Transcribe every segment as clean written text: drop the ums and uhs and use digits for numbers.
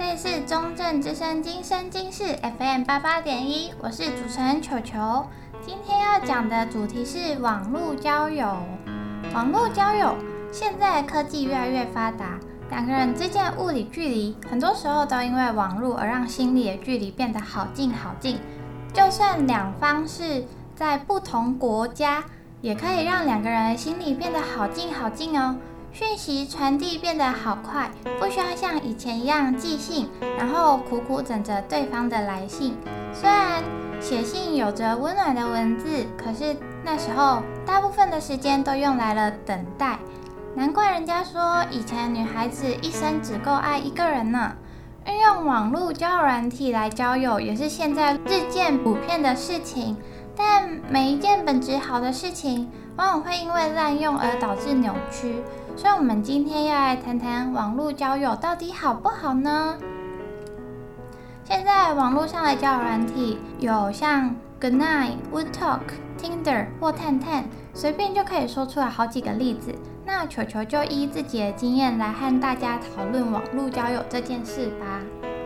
这里是中正之声今生今世 FM88.1，我是主持人球球。今天要讲的主题是网络交友。网络交友，现在科技越来越发达，两个人之间的物理距离，很多时候都因为网络而让心理的距离变得好近好近。就算两方是在不同国家，也可以让两个人的心理变得好近好近哦。讯息传递变得好快，不需要像以前一样寄信，然后苦苦等着对方的来信。虽然写信有着温暖的文字，可是那时候大部分的时间都用来了等待。难怪人家说以前女孩子一生只够爱一个人呢。运用网络交友软体来交友，也是现在日渐普遍的事情。但每一件本质好的事情，往往会因为滥用而导致扭曲。所以我们今天要来谈谈网络交友到底好不好呢？现在网络上的交友软体有像 Goodnight、Woodtalk、Tinder 或探探，随便就可以说出来好几个例子。那球球就依自己的经验来和大家讨论网络交友这件事吧。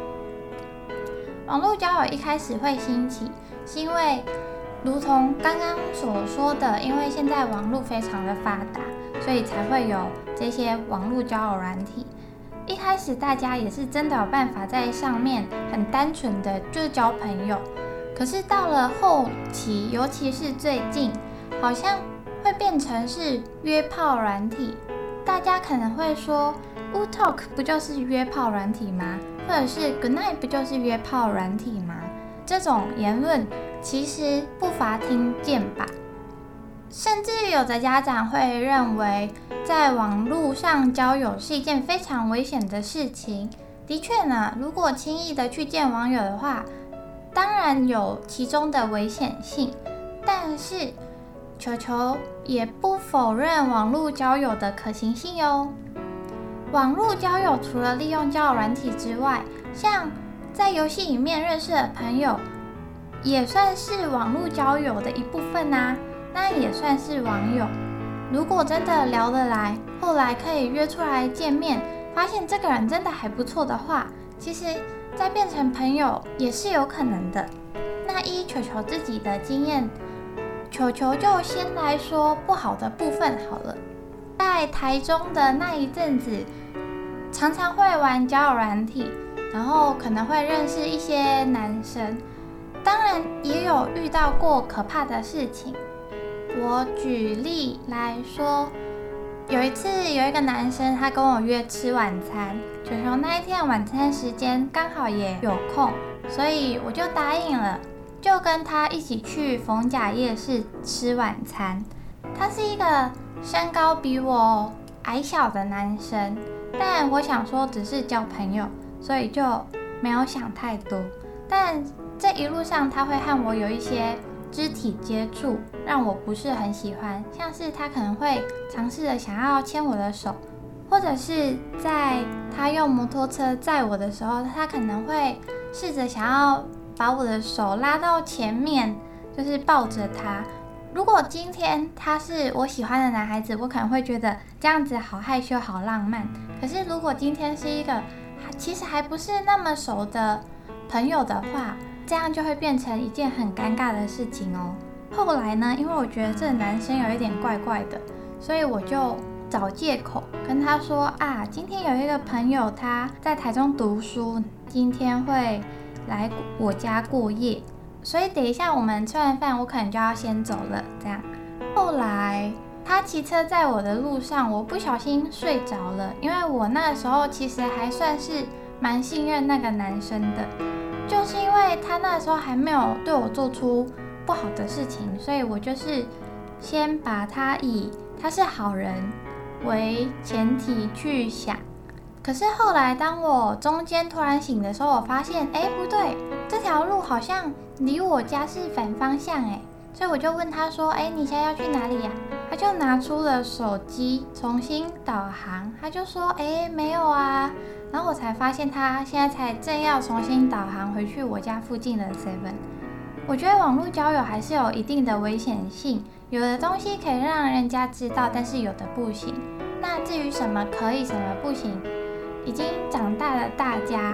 网络交友一开始会兴起，是因为如同刚刚所说的，因为现在网络非常的发达，所以才会有这些网络交友软体。一开始大家也是真的有办法在上面很单纯的就是交朋友，可是到了后期，尤其是最近，好像会变成是约炮软体。大家可能会说 Woodtalk 不就是约炮软体吗？或者是 Goodnight 不就是约炮软体吗？这种言论其实不乏听见吧。甚至有的家长会认为在网络上交友是一件非常危险的事情。的确呢，如果轻易的去见网友的话，当然有其中的危险性，但是球球也不否认网络交友的可行性哦。网络交友除了利用交友软体之外，像在游戏里面认识的朋友也算是网络交友的一部分啊，那也算是网友。如果真的聊得来，后来可以约出来见面，发现这个人真的还不错的话，其实再变成朋友也是有可能的。那依球球自己的经验，球球就先来说不好的部分好了。在台中的那一阵子，常常会玩交友软体，然后可能会认识一些男生，当然也有遇到过可怕的事情。我举例来说，有一次有一个男生他跟我约吃晚餐，球球那一天的晚餐时间刚好也有空，所以我就答应了，就跟他一起去逢甲夜市吃晚餐。他是一个身高比我矮小的男生，但我想说只是交朋友，所以就没有想太多。但这一路上他会和我有一些肢体接触，让我不是很喜欢，像是他可能会尝试着想要牵我的手，或者是在他用摩托车载我的时候，他可能会试着想要把我的手拉到前面，就是抱着他。如果今天他是我喜欢的男孩子，我可能会觉得这样子好害羞好浪漫。可是如果今天是一个其实还不是那么熟的朋友的话，这样就会变成一件很尴尬的事情哦。后来呢，因为我觉得这个男生有一点怪怪的，所以我就找借口跟他说啊，今天有一个朋友他在台中读书，今天会来我家过夜，所以等一下我们吃完饭我可能就要先走了这样。后来他骑车在我的路上，我不小心睡着了，因为我那个时候其实还算是蛮信任那个男生的，就是因为他那时候还没有对我做出不好的事情，所以我就是先把他以他是好人为前提去想。可是后来当我中间突然醒的时候，我发现不对，这条路好像离我家是反方向所以我就问他说你现在要去哪里呀？他就拿出了手机重新导航，他就说没有啊。然后我才发现他现在才正要重新导航回去我家附近的 7。 我觉得网络交友还是有一定的危险性，有的东西可以让人家知道，但是有的不行。那至于什么可以什么不行，已经长大的大家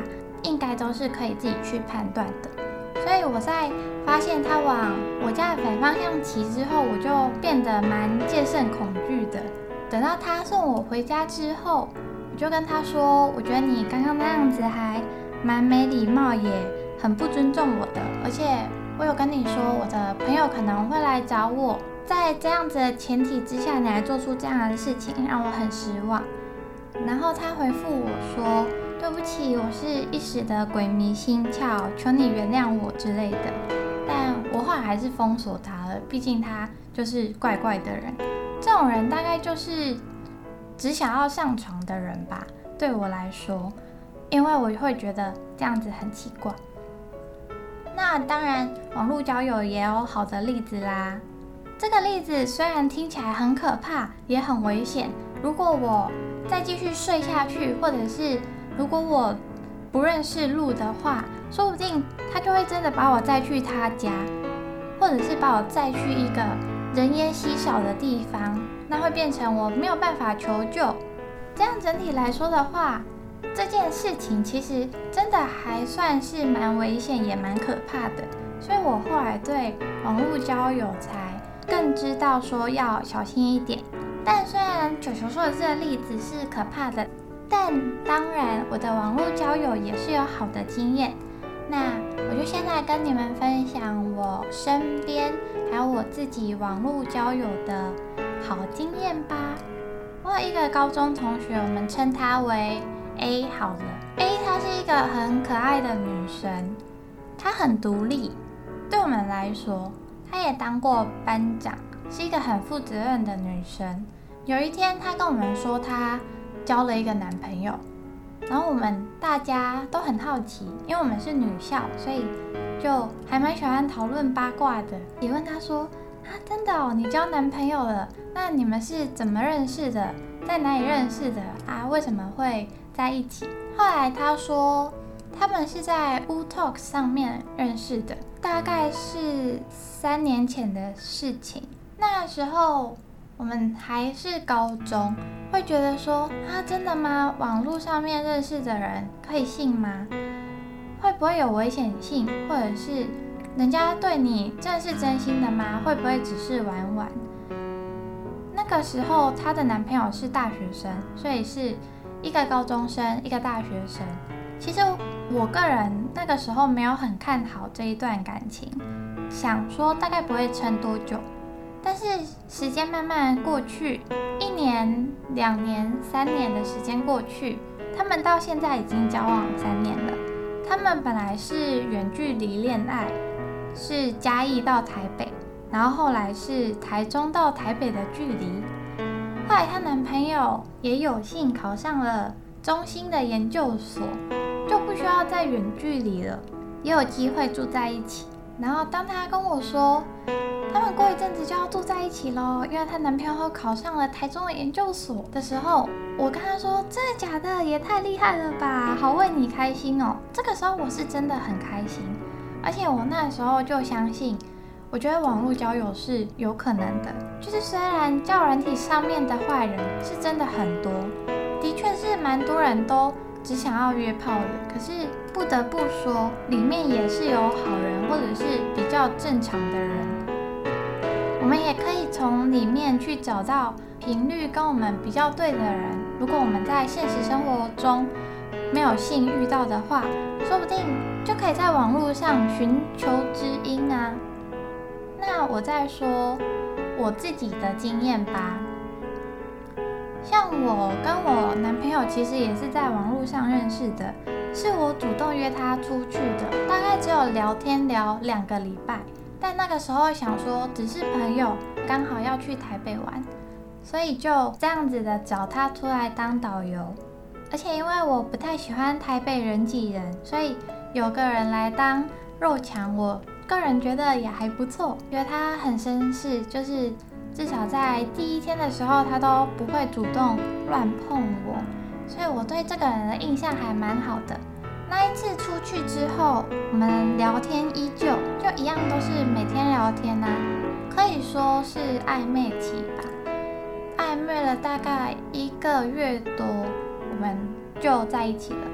应该都是可以自己去判断的。所以我在发现他往我家的反方向骑之后，我就变得蛮戒慎恐惧的。等到他送我回家之后，我就跟他说，我觉得你刚刚那样子还蛮没礼貌，也很不尊重我的，而且我有跟你说我的朋友可能会来找我，在这样子的前提之下，你还做出这样的事情，让我很失望。然后他回复我说，对不起，我是一时的鬼迷心窍，求你原谅我之类的。但我后来还是封锁他了，毕竟他就是怪怪的人。这种人大概就是只想要上床的人吧，对我来说，因为我会觉得这样子很奇怪。那当然，网络交友也有好的例子啦。这个例子虽然听起来很可怕，也很危险。如果我再继续睡下去，或者是如果我不认识路的话，说不定他就会真的把我载去他家，或者是把我载去一个人烟稀少的地方，那会变成我没有办法求救。这样整体来说的话，这件事情其实真的还算是蛮危险，也蛮可怕的。所以我后来对网络交友才更知道说要小心一点。但虽然球球说的这个例子是可怕的，但当然我的网络交友也是有好的经验。那我就现在跟你们分享我身边还有我自己网络交友的好经验吧。我有一个高中同学，我们称她为 A 好了。A 她是一个很可爱的女生，她很独立，对我们来说，她也当过班长，是一个很负责任的女生。有一天她跟我们说她交了一个男朋友，然后我们大家都很好奇，因为我们是女校，所以就还蛮喜欢讨论八卦的。也问她说，真的哦，你交男朋友了？那你们是怎么认识的？在哪里认识的啊？为什么会在一起？后来她说，他们是在 WooTalk 上面认识的，大概是3年前的事情。那时候我们还是高中，会觉得说，真的吗？网络上面认识的人可以信吗？会不会有危险性？或者是人家对你真的是真心的吗？会不会只是玩玩？那个时候她的男朋友是大学生，所以是一个高中生，一个大学生。其实我个人那个时候没有很看好这一段感情，想说大概不会撑多久。但是时间慢慢过去，1年、2年、3年的时间过去，他们到现在已经交往3年了。他们本来是远距离恋爱，是嘉义到台北，然后后来是台中到台北的距离。后来她男朋友也有幸考上了中兴的研究所，就不需要再远距离了，也有机会住在一起。然后当她跟我说他们过一阵子就要住在一起咯，因为她男朋友考上了台中的研究所的时候，我跟她说，真的假的？也太厉害了吧，好为你开心哦。这个时候我是真的很开心，而且我那时候就相信，我觉得网络交友是有可能的。就是虽然交友软体上面的坏人是真的很多，的确是蛮多人都只想要约炮的，可是不得不说，里面也是有好人或者是比较正常的人。我们也可以从里面去找到频率跟我们比较对的人。如果我们在现实生活中没有幸遇到的话，说不定就可以在网络上寻求知音啊。那我再说我自己的经验吧。像我跟我男朋友其实也是在网络上认识的，是我主动约他出去的，大概只有聊天聊2个礼拜。但那个时候想说只是朋友，刚好要去台北玩，所以就这样子的找他出来当导游。而且因为我不太喜欢台北人挤人，所以有个人来当肉墙，我个人觉得也还不错。觉得他很绅士，就是至少在第1天的时候他都不会主动乱碰我，所以我对这个人的印象还蛮好的。那一次出去之后，我们聊天依旧，就一样都是每天聊天啊，可以说是暧昧期吧。暧昧了大概1个月多，我们就在一起了。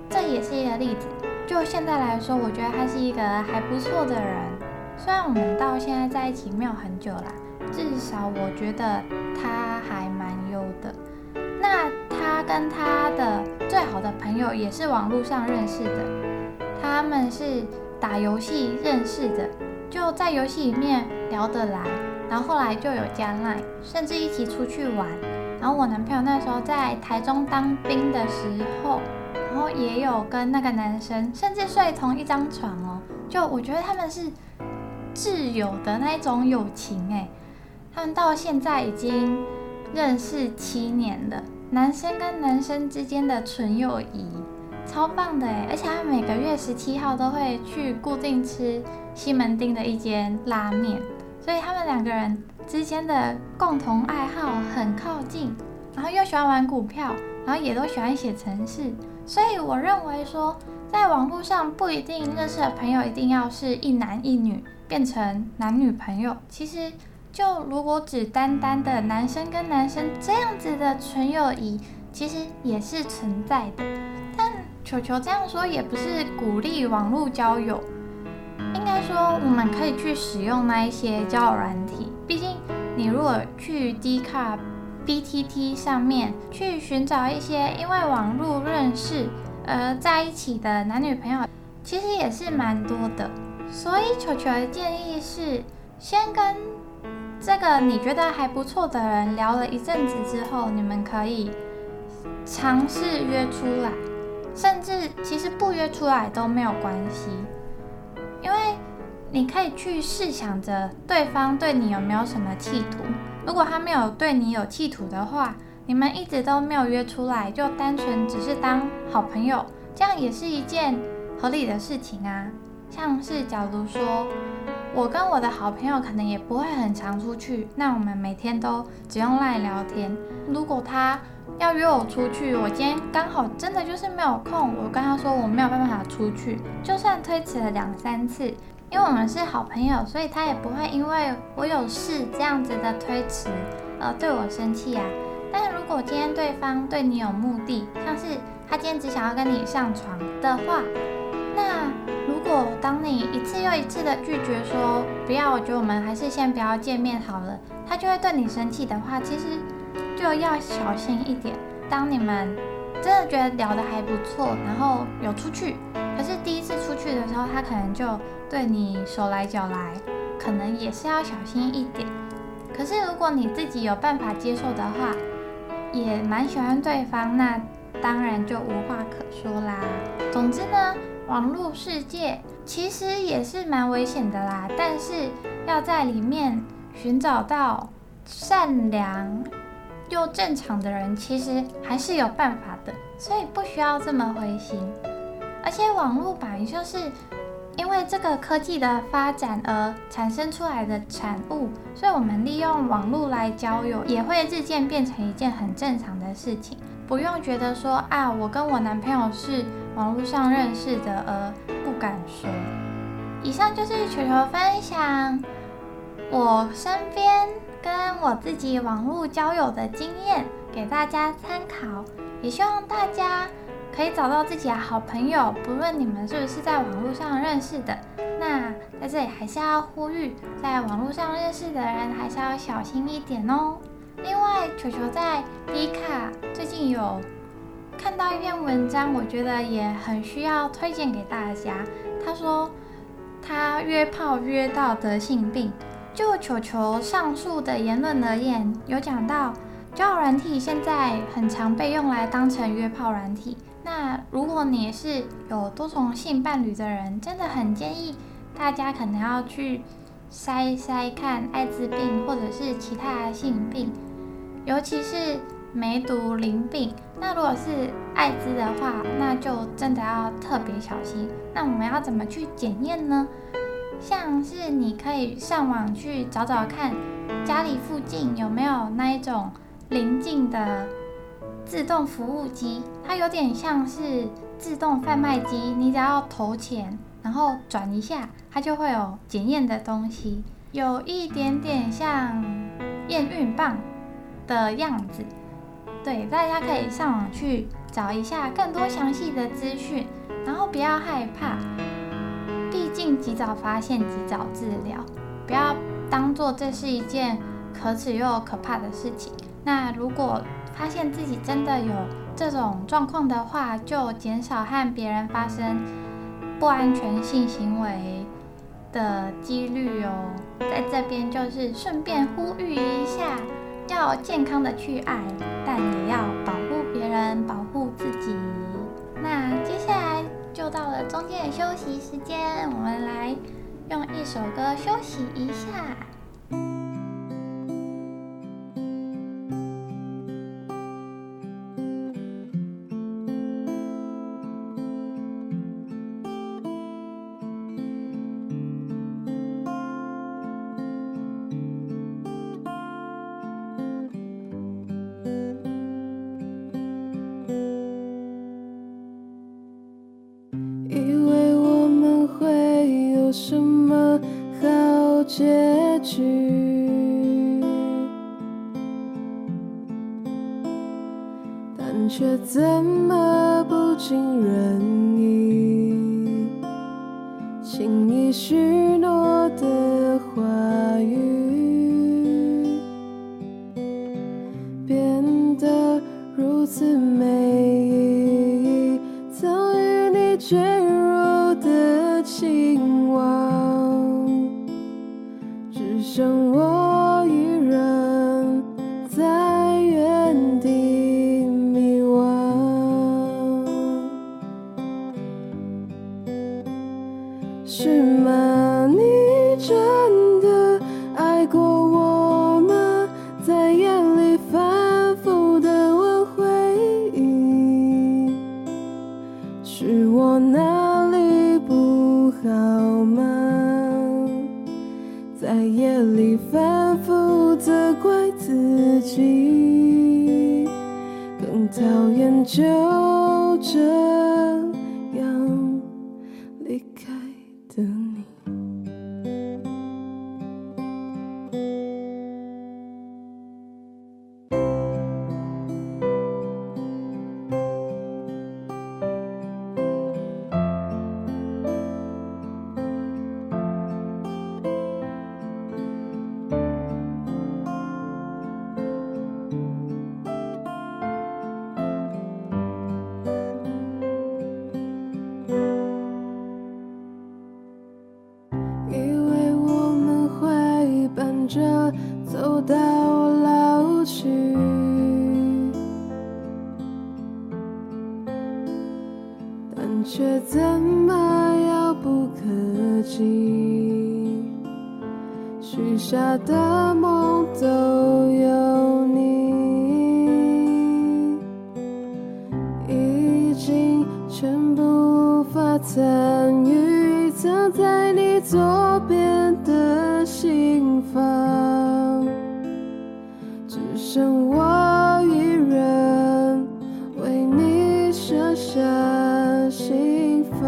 这也是一个例子。就现在来说，我觉得他是一个还不错的人。虽然我们到现在在一起没有很久啦，至少我觉得他还蛮优的。那他跟他的最好的朋友也是网络上认识的，他们是打游戏认识的，就在游戏里面聊得来，然后后来就有加 LINE， 甚至一起出去玩。然后我男朋友那时候在台中当兵的时候，然后也有跟那个男生甚至睡同一张床哦。就我觉得他们是挚友的那种友情欸，他们到现在已经认识7年了，男生跟男生之间的纯友谊，超棒的欸！而且他们每个月17号都会去固定吃西门町的一间拉面，所以他们2个人之间的共同爱好很靠近，然后又喜欢玩股票，然后也都喜欢写程式，所以我认为说，在网络上不一定认识的朋友一定要是一男一女变成男女朋友，其实就如果只单单的男生跟男生这样子的纯友谊，其实也是存在的。但球球这样说也不是鼓励网络交友，应该说我们可以去使用那一些交友软体，毕竟你如果去 Dcard、BTT 上面去寻找一些因为网络认识而在一起的男女朋友，其实也是蛮多的。所以球球的建议是，先跟这个你觉得还不错的人聊了一阵子之后，你们可以尝试约出来，甚至其实不约出来都没有关系，因为你可以去试想着对方对你有没有什么企图。如果他没有对你有企图的话，你们一直都没有约出来，就单纯只是当好朋友，这样也是一件合理的事情啊。像是假如说我跟我的好朋友可能也不会很常出去，那我们每天都只用 LINE 聊天。如果他要约我出去，我今天刚好真的就是没有空，我跟他说我没有办法出去，就算推迟了2-3次，因为我们是好朋友，所以他也不会因为我有事这样子的推迟对我生气啊。但如果今天对方对你有目的，像是他今天只想要跟你上床的话，那如果当你一次又一次的拒绝说不要，我觉得我们还是先不要见面好了，他就会对你生气的话，其实就要小心一点。当你们真的觉得聊得还不错，然后有出去，可是第一次出去的时候，他可能就对你手来脚来，可能也是要小心一点。可是如果你自己有办法接受的话，也蛮喜欢对方，那当然就无话可说啦。总之呢，网络世界其实也是蛮危险的啦，但是要在里面寻找到善良又正常的人，其实还是有办法的，所以不需要这么灰心。而且网络本来就是因为这个科技的发展而产生出来的产物，所以我们利用网络来交友也会日渐变成一件很正常的事情，不用觉得说啊，我跟我男朋友是网络上认识的而不敢说。以上就是球球分享我身边跟我自己网络交友的经验，给大家参考，也希望大家可以找到自己的好朋友，不论你们是不是在网络上认识的。那在这里还是要呼吁，在网络上认识的人还是要小心一点哦。另外，球球在 Dcard 最近有看到一篇文章，我觉得也很需要推荐给大家。他说他约炮约到得性病。就球球上述的言论而言，有讲到交友软体现在很常被用来当成约炮软体。那如果你是有多重性伴侣的人，真的很建议大家可能要去筛看艾滋病或者是其他的性病，尤其是梅毒、淋病。那如果是艾滋的话，那就真的要特别小心。那我们要怎么去检验呢？像是你可以上网去找找看，家里附近有没有那一种邻近的自动服务机，它有点像是自动贩卖机，你只要投钱，然后转一下，它就会有检验的东西，有一点点像验孕棒的样子。 对，大家可以上网去找一下更多详细的资讯，然后不要害怕，毕竟及早发现，及早治疗，不要当做这是一件可耻又可怕的事情。那如果发现自己真的有这种状况的话，就减少和别人发生不安全性行为的几率哦。在这边就是顺便呼吁一下，要健康的去爱，但也要保护别人，保护自己。那接下来就到了中间的休息时间，我们来用一首歌休息一下。 什么好结局，但却怎么不尽人意，轻易许诺的话语变得如此没意义，早与你坠入的情网，只剩我一人在原地迷惘。是吗？你真的爱过我吗？在夜里反复的问回忆，是我哪里不好吗？在夜里反复责怪自己，更讨厌就这样离开的你。着走到老去，但却怎么遥不可及，许下的梦都有你，已经全部无法参与，藏在你左边的心房，只剩我一人为你设下心房。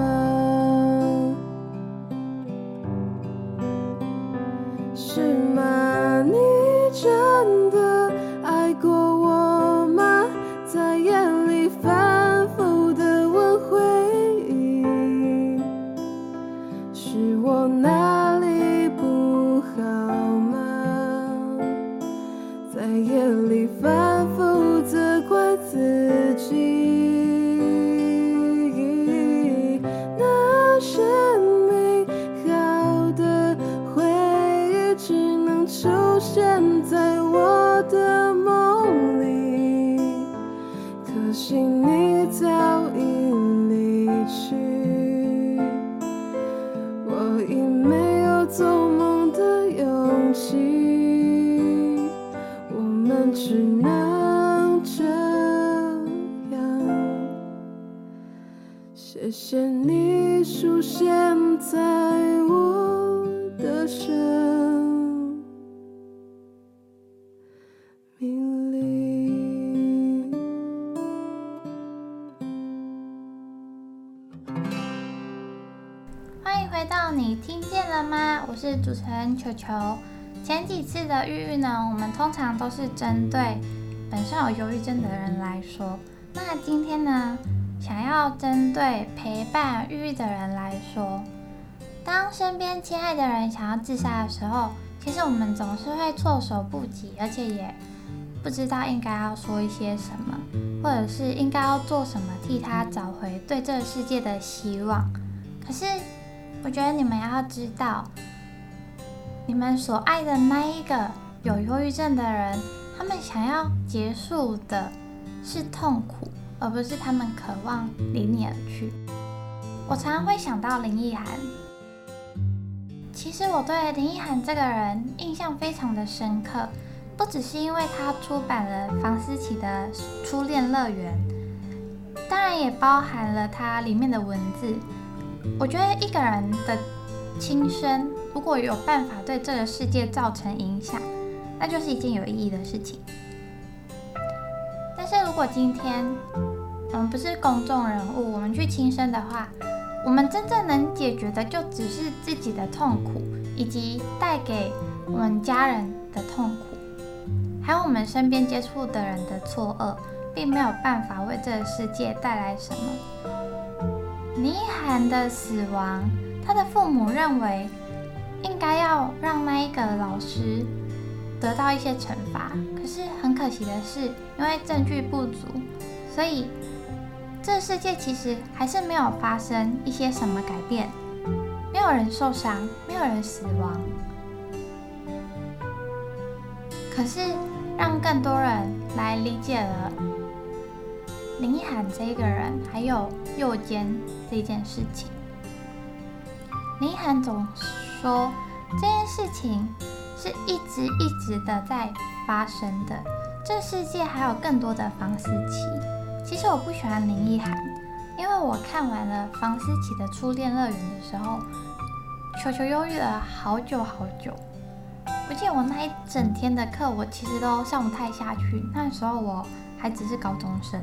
是吗？你真的爱过我吗？在夜里反复的问回忆，是我哪里不好吗？在夜里反复责怪自己，那些美好的回忆只能出现在我的梦里，可惜你早已离去，我已没有做梦的勇气，我们只能这样。谢谢你出现在我的生命里。 欢迎回到你听见了吗？我是主持人球球。前几次的孕育呢，我们通常都是针对本身有忧郁症的人来说，那今天呢，想要针对陪伴抑郁的人来说，当身边亲爱的人想要自杀的时候，其实我们总是会措手不及，而且也不知道应该要说一些什么，或者是应该要做什么替他找回对这个世界的希望。可是我觉得你们要知道，你们所爱的那一个有忧郁症的人，他们想要结束的是痛苦，而不是他们渴望离你而去。我常常会想到林奕含，其实我对林奕含这个人印象非常的深刻，不只是因为他出版了房思琪的《初恋乐园》，当然也包含了他里面的文字。我觉得一个人的轻生如果有办法对这个世界造成影响，那就是一件有意义的事情。但是如果今天我们不是公众人物，我们去轻生的话，我们真正能解决的就只是自己的痛苦，以及带给我们家人的痛苦，还有我们身边接触的人的错愕，并没有办法为这个世界带来什么。林奕含的死亡，他的父母认为应该要让那一个老师得到一些惩罚，可是很可惜的是，因为证据不足，所以这个世界其实还是没有发生一些什么改变，没有人受伤，没有人死亡。可是让更多人来理解了林奕含这个人，还有诱奸这件事情。林奕含总说这件事情是一直的在发生的，这世界还有更多的房思琪。其实我不喜欢林奕含，因为我看完了房思琪的《初恋乐园》的时候，球球忧郁了好久好久。我记得我那一整天的课，我其实都上不太下去，那时候我还只是高中生。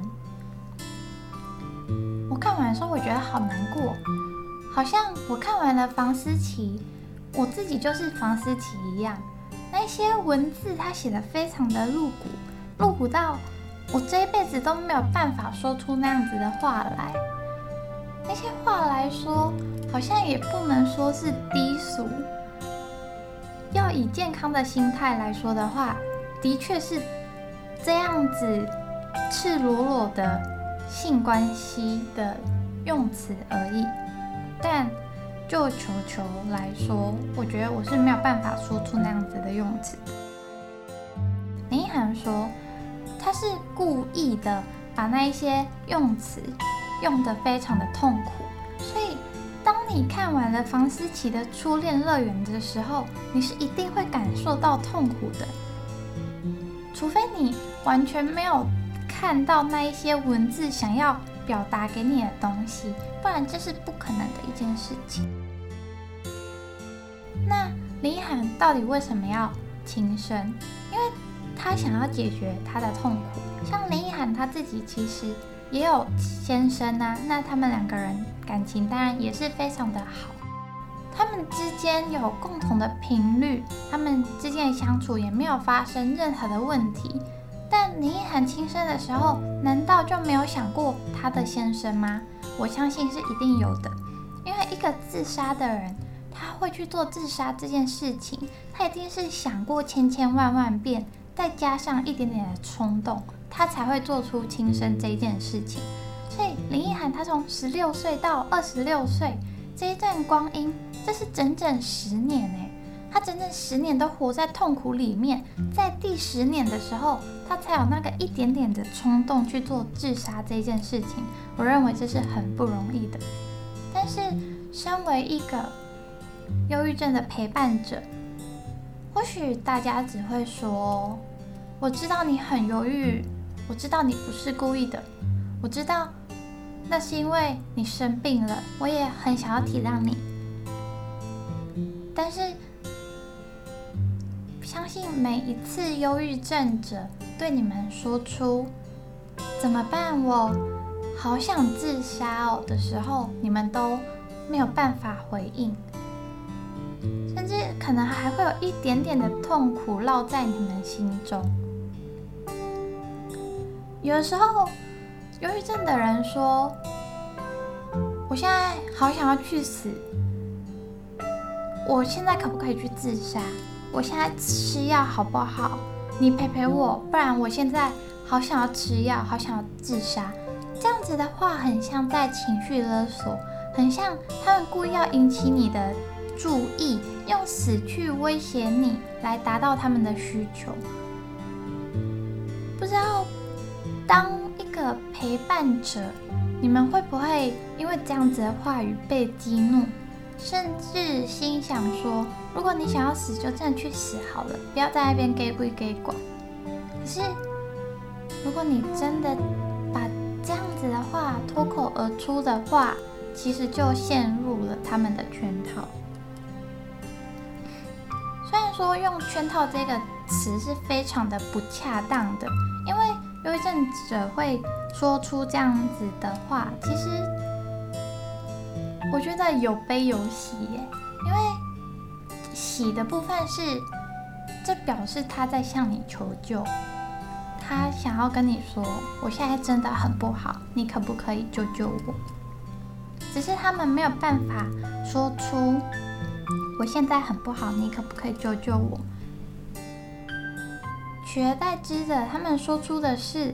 我看完的时候，我觉得好难过，好像我看完了房思琪，我自己就是房思琪一样。那些文字他写得非常的露骨，露骨到我这一辈子都没有办法说出那样子的话来。那些话来说，好像也不能说是低俗。要以健康的心态来说的话，的确是这样子赤裸裸的性关系的用词而已。但就球球来说，我觉得我是没有办法说出那样子的用词。林奕含说，他是故意的把那一些用词用得非常的痛苦，所以当你看完了房思琪的《初恋乐园》的时候，你是一定会感受到痛苦的，除非你完全没有看到那一些文字想要表达给你的东西，不然这是不可能的一件事情。那林奕含到底为什么要轻生？因为他想要解决他的痛苦。像林奕含他自己其实也有先生啊，那他们两个人感情当然也是非常的好，他们之间有共同的频率，他们之间的相处也没有发生任何的问题。但林奕含轻生的时候，难道就没有想过他的先生吗？我相信是一定有的，因为一个自杀的人，他会去做自杀这件事情，他一定是想过千万遍，再加上一点点的冲动，他才会做出轻生这一件事情。所以林奕含他从16岁到26岁这一段光阴，这是整整10年耶，他整整10年都活在痛苦里面，在第10年的时候，他才有那个一点点的冲动去做自杀这件事情。我认为这是很不容易的。但是身为一个忧郁症的陪伴者，或许大家只会说，我知道你很忧郁，我知道你不是故意的，我知道那是因为你生病了，我也很想要体谅你。但是相信每一次忧郁症者对你们说出怎么办，我好想自杀哦的时候，你们都没有办法回应，甚至可能还会有一点点的痛苦烙在你们心中。 有的时候，忧郁症的人说：“我现在好想要去死，我现在可不可以去自杀？我现在吃药好不好？你陪陪我，不然我现在好想要吃药，好想要自杀。”这样子的话，很像在情绪勒索，很像他们故意要引起你的注意，用死去威胁你，来达到他们的需求。不知道当一个陪伴者，你们会不会因为这样子的话语被激怒，甚至心想说，如果你想要死，就真的去死好了，不要在那边给鬼给管。可是，如果你真的把这样子的话脱口而出的话，其实就陷入了他们的圈套。虽然说用圈套这个词是非常的不恰当的，因为忧郁症者会说出这样子的话，其实我觉得有悲有喜耶。因为喜的部分是，这表示他在向你求救，他想要跟你说，我现在真的很不好，你可不可以救救我？只是他们没有办法说出我现在很不好，你可不可以救救我？取而代之的，他们说出的是，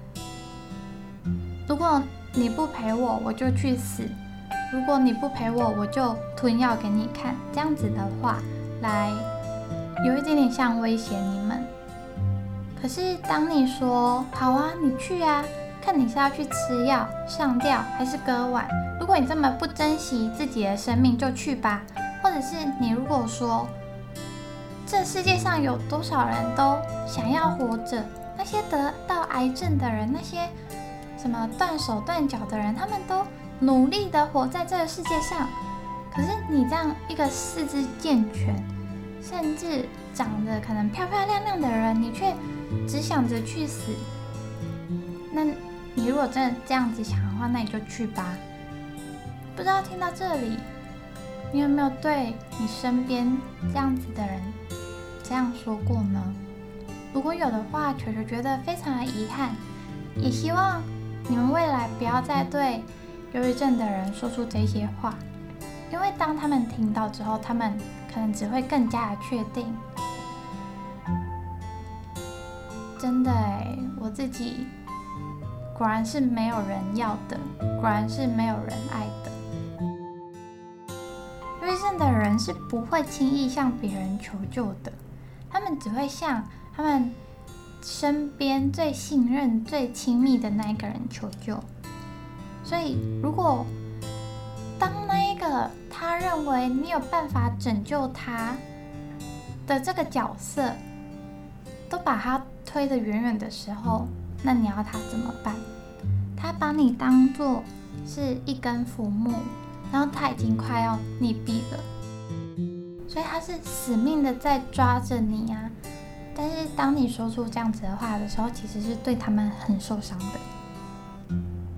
如果你不陪我，我就去死；如果你不陪我，我就吞药给你看。这样子的话，来有一点点像威胁你们。可是当你说好啊，你去啊，看你是要去吃药、上吊还是割腕。如果你这么不珍惜自己的生命，就去吧。或者是你如果说，这世界上有多少人都想要活着，那些得到癌症的人，那些什么断手断脚的人，他们都努力的活在这个世界上。可是你这样一个四肢健全，甚至长得可能漂漂亮亮的人，你却只想着去死。那你如果真的这样子想的话，那你就去吧。不知道听到这里，你有没有对你身边这样子的人这样说过呢？如果有的话，球球觉得非常的遗憾，也希望你们未来不要再对忧郁症的人说出这些话，因为当他们听到之后，他们可能只会更加的确定，真的我自己果然是没有人要的，果然是没有人爱的。忧郁症的人是不会轻易向别人求救的，他们只会向他们身边最信任、最亲密的那一个人求救。所以，如果当那一个他认为你有办法拯救他的这个角色，都把他推得远远的时候，那你要他怎么办？他把你当作是一根浮木，然后他已经快要溺毙了，所以他是死命的在抓着你啊。但是当你说出这样子的话的时候，其实是对他们很受伤的。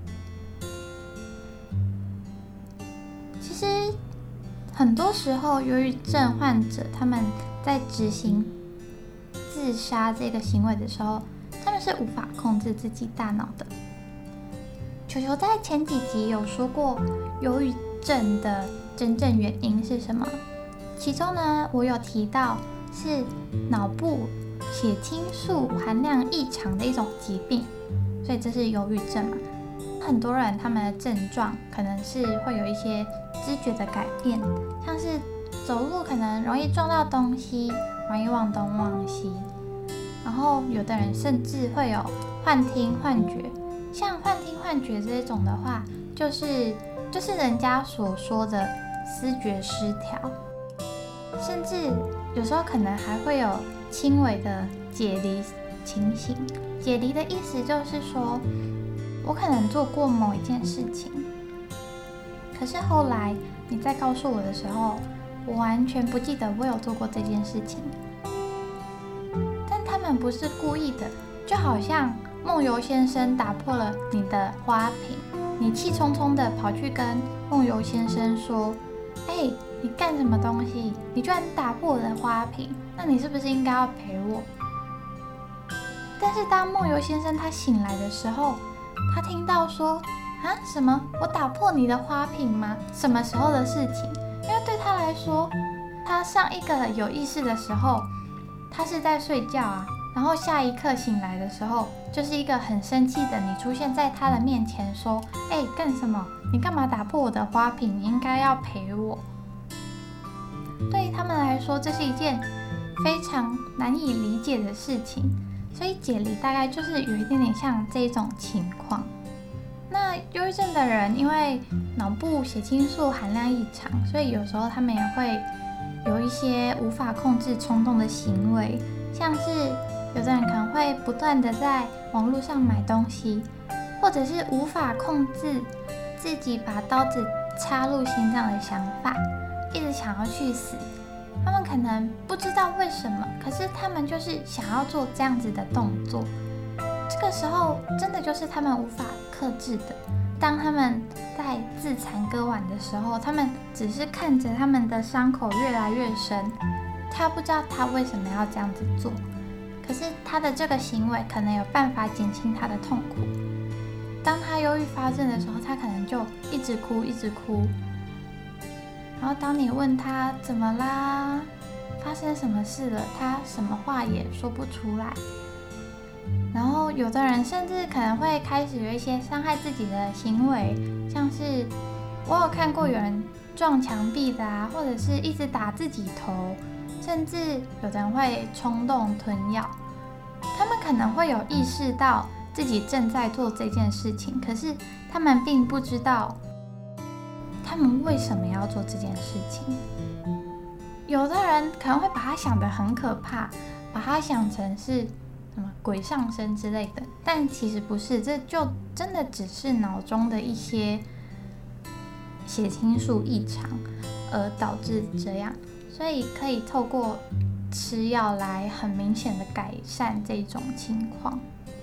其实很多时候，忧郁症患者他们在执行自杀这个行为的时候，他们是无法控制自己大脑的。球球在前几集有说过忧郁症的真正原因是什么，其中呢，我有提到是脑部血清素含量异常的一种疾病，所以这是忧郁症嘛。很多人他们的症状可能是会有一些知觉的改变，像是走路可能容易撞到东西，容易忘东忘西，然后有的人甚至会有幻听幻觉。像幻听幻觉这种的话，就是人家所说的思觉失调，甚至有时候可能还会有轻微的解离情形。解离的意思就是说，我可能做过某一件事情，可是后来你再告诉我的时候，我完全不记得我有做过这件事情。但他们不是故意的，就好像梦游先生打破了你的花瓶，你气冲冲的跑去跟梦游先生说：“你干什么东西？你居然打破我的花瓶，那你是不是应该要赔我？” 但是当梦游先生他醒来的时候，他听到说什么？我打破你的花瓶吗？什么时候的事情？因为对他来说，他上一个有意识的时候，他是在睡觉啊，然后下一刻醒来的时候，就是一个很生气的你出现在他的面前说，干什么？你干嘛打破我的花瓶？你应该要陪我。对于他们来说，这是一件非常难以理解的事情，所以解离大概就是有一点点像这种情况。那忧郁症的人因为脑部血清素含量异常，所以有时候他们也会有一些无法控制冲动的行为，像是有的人可能会不断的在网络上买东西，或者是无法控制自己把刀子插入心脏的想法，一直想要去死。他们可能不知道为什么，可是他们就是想要做这样子的动作。这个时候真的就是他们无法克制的。当他们在自残割腕的时候，他们只是看着他们的伤口越来越深，他不知道他为什么要这样子做，可是他的这个行为可能有办法减轻他的痛苦。当他忧郁发作的时候，他可能就一直哭一直哭，然后当你问他怎么啦，发生什么事了，他什么话也说不出来。然后有的人甚至可能会开始有一些伤害自己的行为，像是我有看过有人撞墙壁的啊，或者是一直打自己头，甚至有的人会冲动吞药。他们可能会有意识到自己正在做这件事情，可是他们并不知道他们为什么要做这件事情。有的人可能会把它想得很可怕，把它想成是什么鬼上身之类的，但其实不是，这就真的只是脑中的一些血清素异常而导致这样，所以可以透过吃药来很明显的改善这种情况。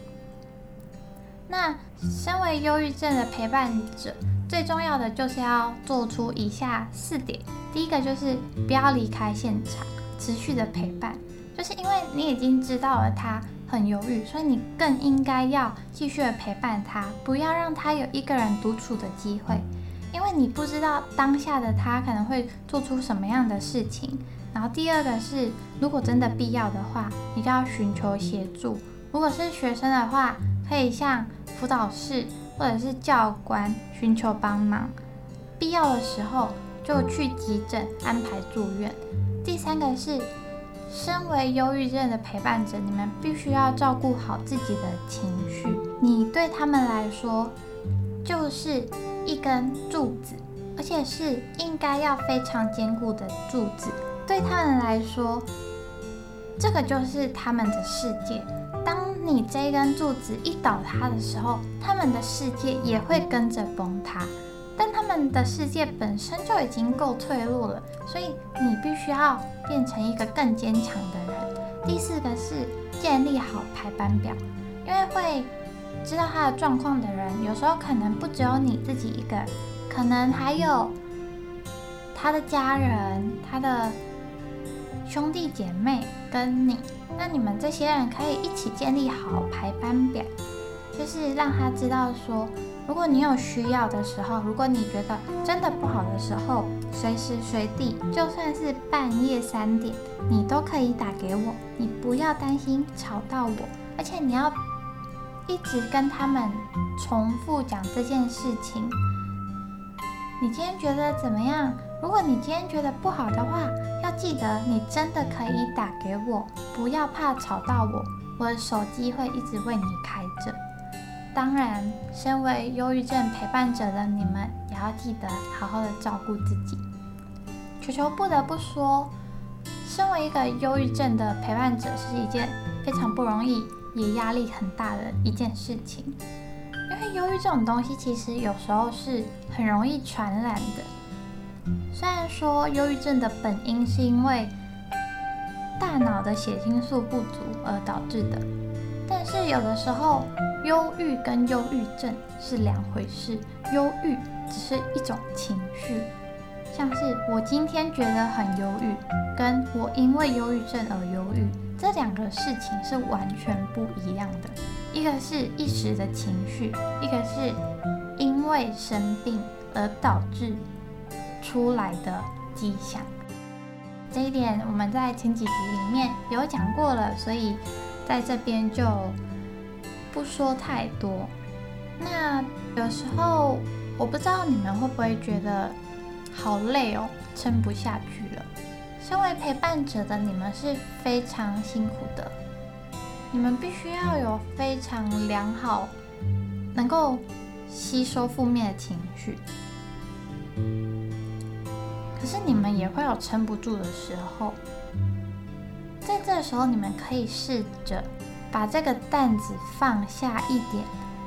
那身为忧郁症的陪伴者，最重要的就是要做出以下4点。第一个就是不要离开现场，持续的陪伴，就是因为你已经知道了他很忧郁，所以你更应该要继续的陪伴他，不要让他有一个人独处的机会，因为你不知道当下的他可能会做出什么样的事情。然后第二个是，如果真的必要的话，你就要寻求协助。如果是学生的话，可以向辅导室或者是教官寻求帮忙，必要的时候就去急诊安排住院。第三个是，身为忧郁症的陪伴者，你们必须要照顾好自己的情绪。你对他们来说就是一根柱子，而且是应该要非常坚固的柱子。对他们来说，这个就是他们的世界。当你这一根柱子一倒塌的时候，他们的世界也会跟着崩塌。但他们的世界本身就已经够脆弱了，所以你必须要变成一个更坚强的人。第四个是建立好排班表，因为会知道他的状况的人，有时候可能不只有你自己一个人，可能还有他的家人、他的兄弟姐妹跟你。那你们这些人可以一起建立好排班表，就是让他知道说，如果你有需要的时候，如果你觉得真的不好的时候，随时随地，就算是半夜3点，你都可以打给我，你不要担心吵到我，而且你要一直跟他们重复讲这件事情。你今天觉得怎么样？如果你今天觉得不好的话，要记得你真的可以打给我，不要怕吵到我，我的手机会一直为你开着。当然，身为忧郁症陪伴者的你们，也要记得好好的照顾自己。球球不得不说，身为一个忧郁症的陪伴者是一件非常不容易，也压力很大的一件事情。因为忧郁这种东西，其实有时候是很容易传染的。虽然说忧郁症的本因是因为大脑的血清素不足而导致的，但是有的时候忧郁跟忧郁症是2回事。忧郁只是一种情绪，像是我今天觉得很忧郁，跟我因为忧郁症而忧郁， 这两个事情是完全不一样的，一个是一时的情绪，一个是因为生病而导致出来的迹象。这一点我们在前几集里面有讲过了，所以在这边就不说太多。那有时候我不知道你们会不会觉得好累哦，撑不下去了。身为陪伴者的你们是非常辛苦的，你们必须要有非常良好能够吸收负面的情绪，可是你们也会有撑不住的时候。在这时候你们可以试着把这个担子放下一点，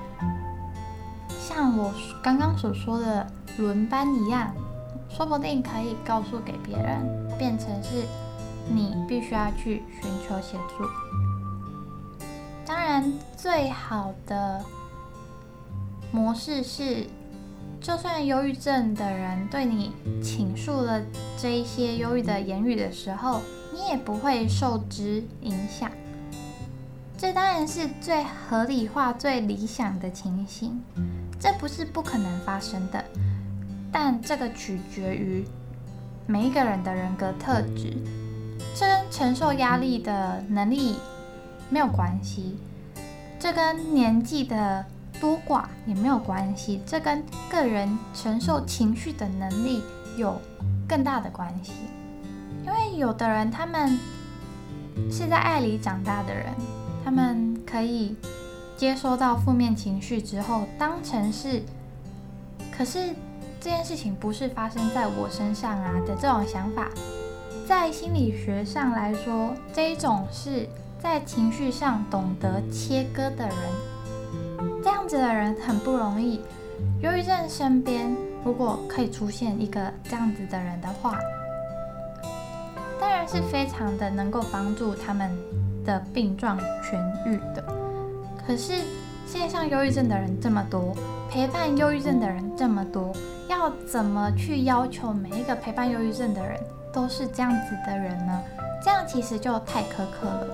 像我刚刚所说的轮班一样，说不定可以告诉给别人，变成是你必须要去寻求协助。当然最好的模式是，就算忧郁症的人对你倾诉了这一些忧郁的言语的时候，你也不会受之影响。这当然是最合理化、最理想的情形，这不是不可能发生的，但这个取决于每一个人的人格特质，这跟承受压力的能力没有关系，这跟年纪的多寡也没有关系，这跟个人承受情绪的能力有更大的关系。因为有的人他们是在爱里长大的人，他们可以接收到负面情绪之后当成是，可是这件事情不是发生在我身上啊的这种想法，在心理学上来说，这一种是在情绪上懂得切割的人，这样子的人很不容易。忧郁症身边如果可以出现一个这样子的人的话，当然是非常的能够帮助他们的病状痊愈的。可是世界上忧郁症的人这么多，陪伴忧郁症的人这么多，要怎么去要求每一个陪伴忧郁症的人都是这样子的人呢？这样其实就太苛刻了。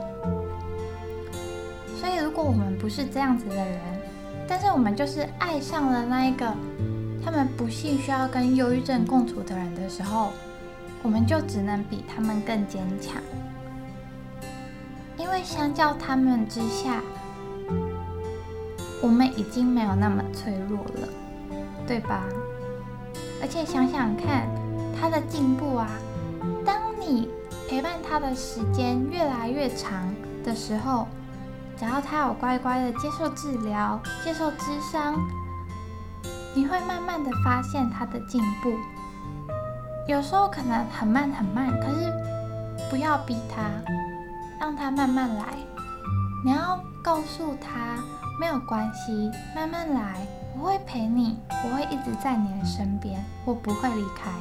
所以如果我们不是这样子的人，但是我们就是爱上了那一个他们不幸需要跟忧郁症共处的人的时候，我们就只能比他们更坚强，因为相较他们之下，我们已经没有那么脆弱了，对吧？而且想想看，他的进步啊，当你陪伴他的时间越来越长的时候，只要他有乖乖的接受治疗、接受諮商，你会慢慢的发现他的进步。有时候可能很慢很慢，可是不要逼他，让他慢慢来。你要告诉他没有关系，慢慢来，我会陪你，我会一直在你的身边，我不会离开。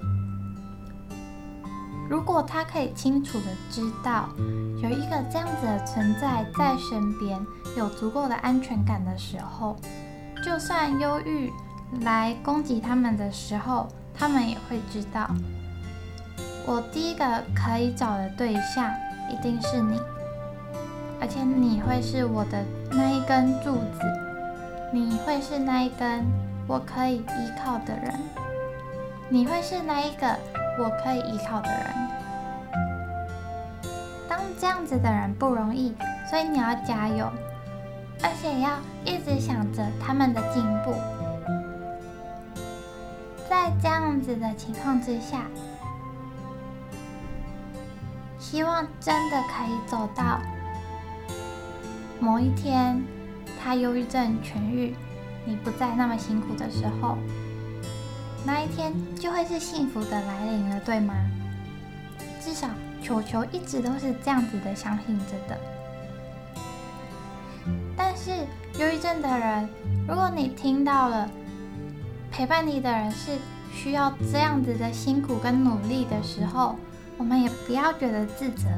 如果他可以清楚的知道有一个这样子的存在在身边，有足够的安全感的时候，就算忧郁来攻击他们的时候，他们也会知道，我第一个可以找的对象一定是你，而且你会是我的那一根柱子，你会是那一根我可以依靠的人，你会是那一个我可以依靠的人。当这样子的人不容易，所以你要加油，而且要一直想着他们的进步。在这样子的情况之下，希望真的可以走到某一天他忧郁症痊愈，你不再那么辛苦的时候，那一天就会是幸福的来临了，对吗？至少球球一直都是这样子的相信着的。但是忧郁症的人，如果你听到了陪伴你的人是需要这样子的辛苦跟努力的时候，我们也不要觉得自责，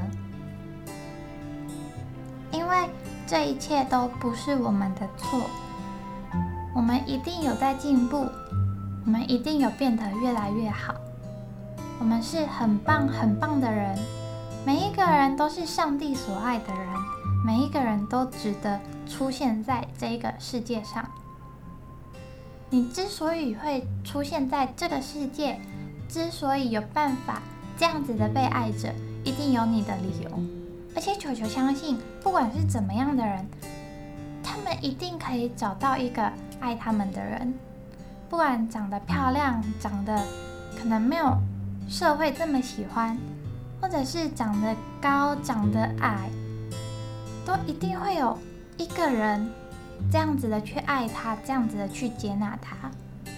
因为这一切都不是我们的错，我们一定有在进步，我们一定有变得越来越好，我们是很棒很棒的人， 每一个人都是上帝所爱的人，每一个人都值得出现在这个世界上。你之所以会出现在这个世界，之所以有办法这样子的被爱着，一定有你的理由。而且球球相信，不管是怎么样的人，他们一定可以找到一个爱他们的人。不管长得漂亮，长得可能没有社会这么喜欢，或者是长得高，长得矮，都一定会有一个人这样子的去爱他，这样子的去接纳他。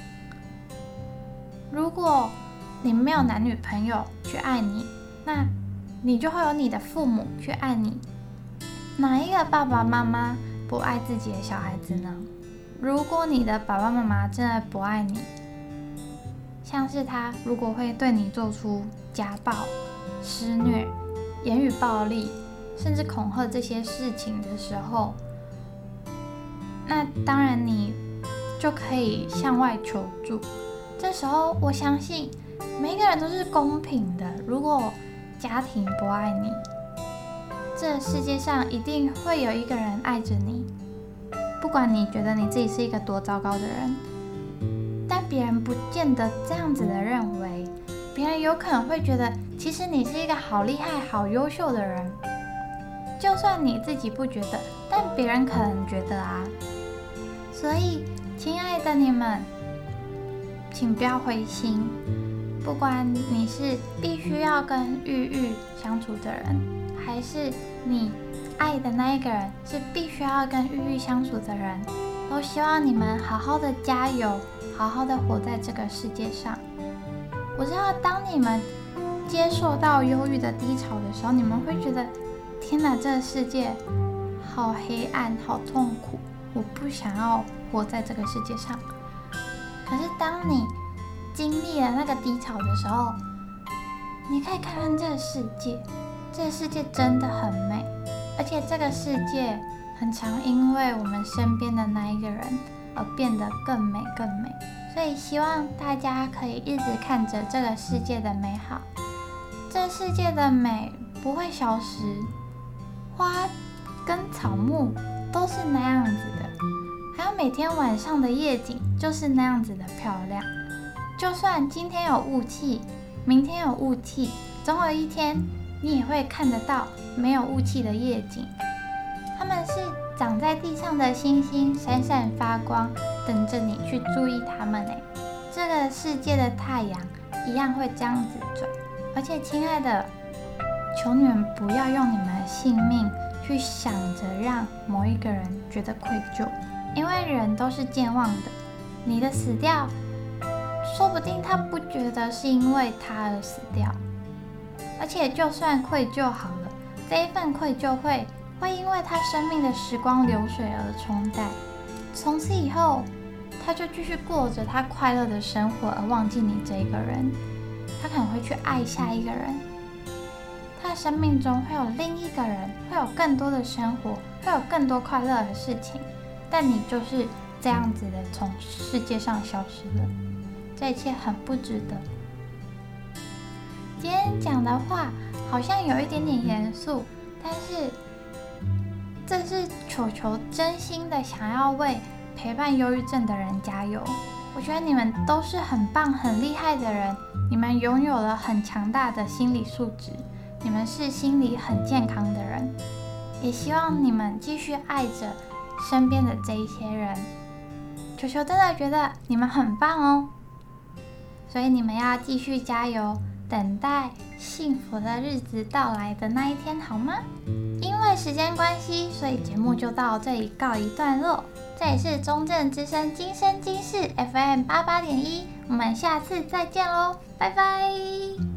如果你没有男女朋友去爱你，那你就会有你的父母去爱你。哪一个爸爸妈妈不爱自己的小孩子呢？如果你的爸爸妈妈真的不爱你，像是他如果会对你做出家暴、施虐、言语暴力，甚至恐吓这些事情的时候，那当然你就可以向外求助。这时候我相信每一个人都是公平的，如果家庭不爱你，这世界上一定会有一个人爱着你。不管你觉得你自己是一个多糟糕的人，但别人不见得这样子的认为，别人有可能会觉得其实你是一个好厉害、好优秀的人。就算你自己不觉得，但别人可能觉得啊。所以亲爱的你们，请不要灰心。不管你是必须要跟郁郁相处的人，还是你爱的那一个人是必须要跟郁郁相处的人，都希望你们好好的加油，好好的活在这个世界上。我知道当你们接受到忧郁的低潮的时候，你们会觉得天哪，这个世界好黑暗，好痛苦，我不想要活在这个世界上。可是当你经历了那个低潮的时候，你可以看看这个世界，这个世界真的很美，而且这个世界很常因为我们身边的那一个人而变得更美更美。所以希望大家可以一直看着这个世界的美好，这世界的美不会消失，花跟草木都是那样子的，还有每天晚上的夜景就是那样子的漂亮。就算今天有雾气，明天有雾气，总有一天你也会看得到没有雾气的夜景。它们是长在地上的星星，闪闪发光，等着你去注意它们。这个世界的太阳一样会这样子转。而且亲爱的，求你们不要用你们的性命去想着让某一个人觉得愧疚，因为人都是健忘的。你的死掉，说不定他不觉得是因为他而死掉。而且就算愧疚好了，这一份愧疚会因为他生命的时光流水而冲淡，从此以后他就继续过着他快乐的生活，而忘记你这一个人。他可能会去爱下一个人，他的生命中会有另一个人，会有更多的生活，会有更多快乐的事情，但你就是这样子的从世界上消失了。这一切很不值得。今天讲的话好像有一点点严肃，但是这是球球真心的想要为陪伴忧郁症的人加油。我觉得你们都是很棒很厉害的人，你们拥有了很强大的心理素质，你们是心理很健康的人。也希望你们继续爱着身边的这一些人。球球真的觉得你们很棒哦，所以你们要继续加油，等待幸福的日子到来的那一天，好吗？因为时间关系，所以节目就到这里告一段落。这里是中正之声今生今世 FM 88.1，我们下次再见喽，拜拜。